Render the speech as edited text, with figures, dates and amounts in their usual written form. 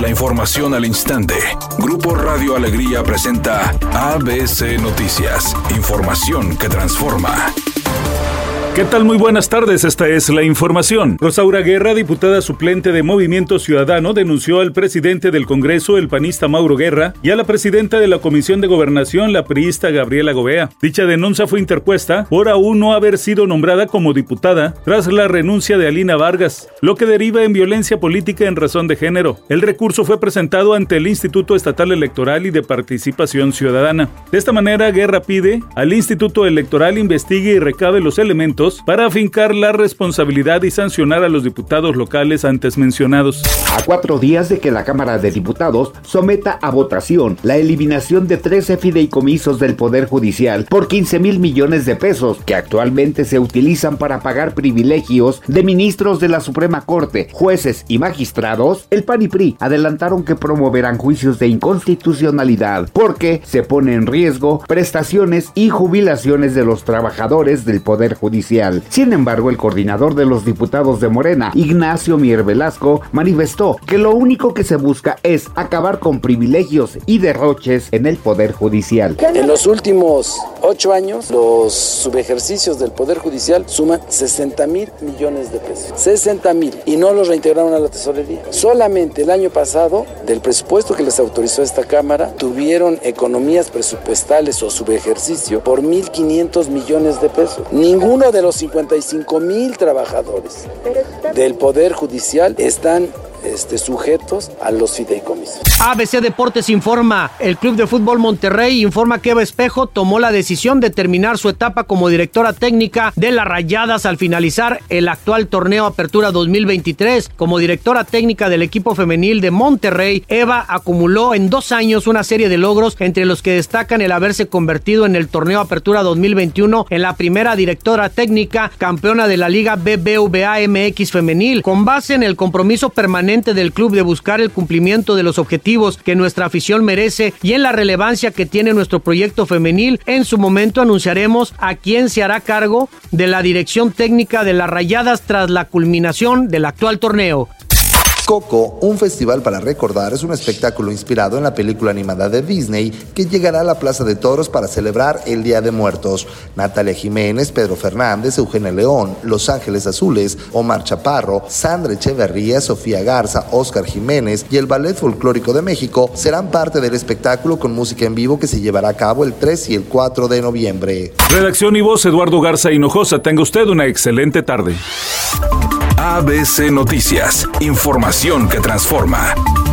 La información al instante. Grupo Radio Alegría presenta ABC Noticias. Información que transforma. ¿Qué tal? Muy buenas tardes, esta es la información. Rosaura Guerra, diputada suplente de Movimiento Ciudadano, denunció al presidente del Congreso, el panista Mauro Guerra, y a la presidenta de la Comisión de Gobernación, la priista Gabriela Gobea. Dicha denuncia fue interpuesta por aún no haber sido nombrada como diputada tras la renuncia de Alina Vargas, lo que deriva en violencia política en razón de género. El recurso fue presentado ante el Instituto Estatal Electoral y de Participación Ciudadana. De esta manera, Guerra pide al Instituto Electoral investigue y recabe los elementos para afincar la responsabilidad y sancionar a los diputados locales antes mencionados. A 4 días de que la Cámara de Diputados someta a votación la eliminación de 13 fideicomisos del Poder Judicial por 15,000 millones de pesos que actualmente se utilizan para pagar privilegios de ministros de la Suprema Corte, jueces y magistrados, el PAN y PRI adelantaron que promoverán juicios de inconstitucionalidad porque se pone en riesgo prestaciones y jubilaciones de los trabajadores del Poder Judicial. Sin embargo, el coordinador de los diputados de Morena, Ignacio Mier Velasco, manifestó que lo único que se busca es acabar con privilegios y derroches en el Poder Judicial. En los últimos 8 años, los subejercicios del Poder Judicial suman 60,000 millones de pesos. 60,000, y no los reintegraron a la tesorería. Solamente el año pasado, del presupuesto que les autorizó esta Cámara, tuvieron economías presupuestales o subejercicio por 1,500 millones de pesos. Ninguno de los 55,000 trabajadores del Poder Judicial están sujetos a los fideicomisos. ABC Deportes informa. El Club de Fútbol Monterrey informa que Eva Espejo tomó la decisión de terminar su etapa como directora técnica de las Rayadas al finalizar el actual torneo Apertura 2023. Como directora técnica del equipo femenil de Monterrey, Eva acumuló en 2 años una serie de logros, entre los que destacan el haberse convertido en el torneo Apertura 2021 en la primera directora técnica campeona de la Liga BBVA MX femenil, con base en el compromiso permanente del club de buscar el cumplimiento de los objetivos que nuestra afición merece y en la relevancia que tiene nuestro proyecto femenil. En su momento anunciaremos a quién se hará cargo de la dirección técnica de las Rayadas tras la culminación del actual torneo. Coco, un festival para recordar, es un espectáculo inspirado en la película animada de Disney que llegará a la Plaza de Toros para celebrar el Día de Muertos. Natalia Jiménez, Pedro Fernández, Eugenia León, Los Ángeles Azules, Omar Chaparro, Sandra Echeverría, Sofía Garza, Óscar Jiménez y el Ballet Folclórico de México serán parte del espectáculo con música en vivo que se llevará a cabo el 3 y el 4 de noviembre. Redacción y voz, Eduardo Garza Hinojosa. Tenga usted una excelente tarde. ABC Noticias, información que transforma.